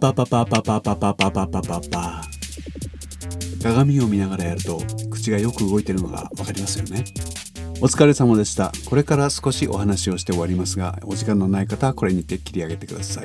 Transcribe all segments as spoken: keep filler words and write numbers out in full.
パパパパパパパパパパパパ。鏡を見ながらやると口がよく動いているのがわかりますよね。お疲れ様でした。これから少しお話をして終わりますが、お時間のない方はこれにて切り上げてください。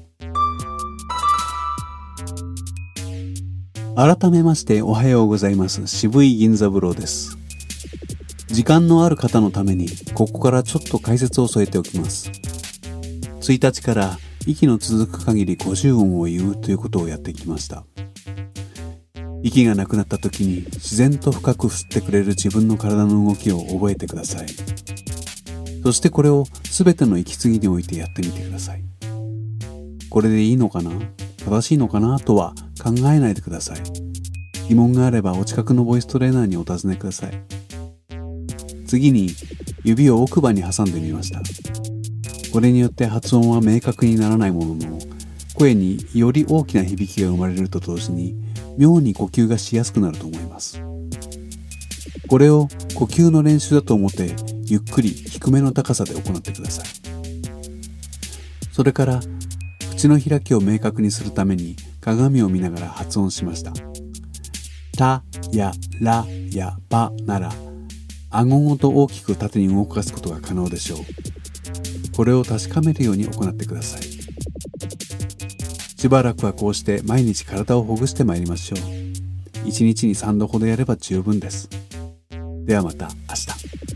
改めましておはようございます。渋い銀座風呂です。時間のある方のためにここからちょっと解説を添えておきます。ついたちから息の続く限りごじゅう音を言うということをやってきました。息がなくなった時に自然と深く吸ってくれる自分の体の動きを覚えてください。そしてこれを全ての息継ぎにおいてやってみてください。これでいいのかな、正しいのかなとは考えないでください。疑問があればお近くのボイストレーナーにお尋ねください。次に指を奥歯に挟んでみました。これによって発音は明確にならないものの、声により大きな響きが生まれると同時に妙に呼吸がしやすくなると思います。これを呼吸の練習だと思ってゆっくり低めの高さで行ってください。それから口の開きを明確にするために鏡を見ながら発音しました。たやらやばなら顎ごと大きく縦に動かすことが可能でしょう。これを確かめるように行ってください。しばらくはこうして毎日体をほぐしてまいりましょう。いちにちにさんどほどやれば十分です。ではまた明日。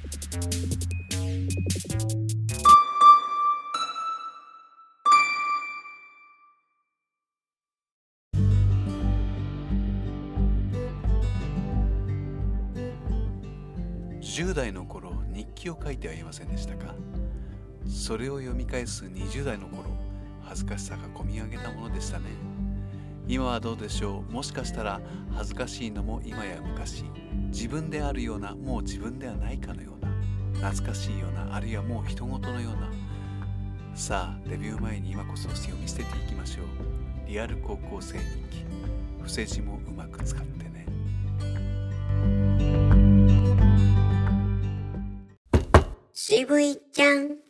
じゅう代の頃日記を書いてはいませんでしたか？それを読み返すにじゅう代の頃、恥ずかしさがこみ上げたものでしたね。今はどうでしょう。もしかしたら恥ずかしいのも今や昔、自分であるようなもう自分ではないかのような、懐かしいような、あるいはもう人事のような。さあデビュー前に今こそ読み捨てていきましょう。リアル高校生日記、伏せ字もうまく使ってね。 渋いちゃん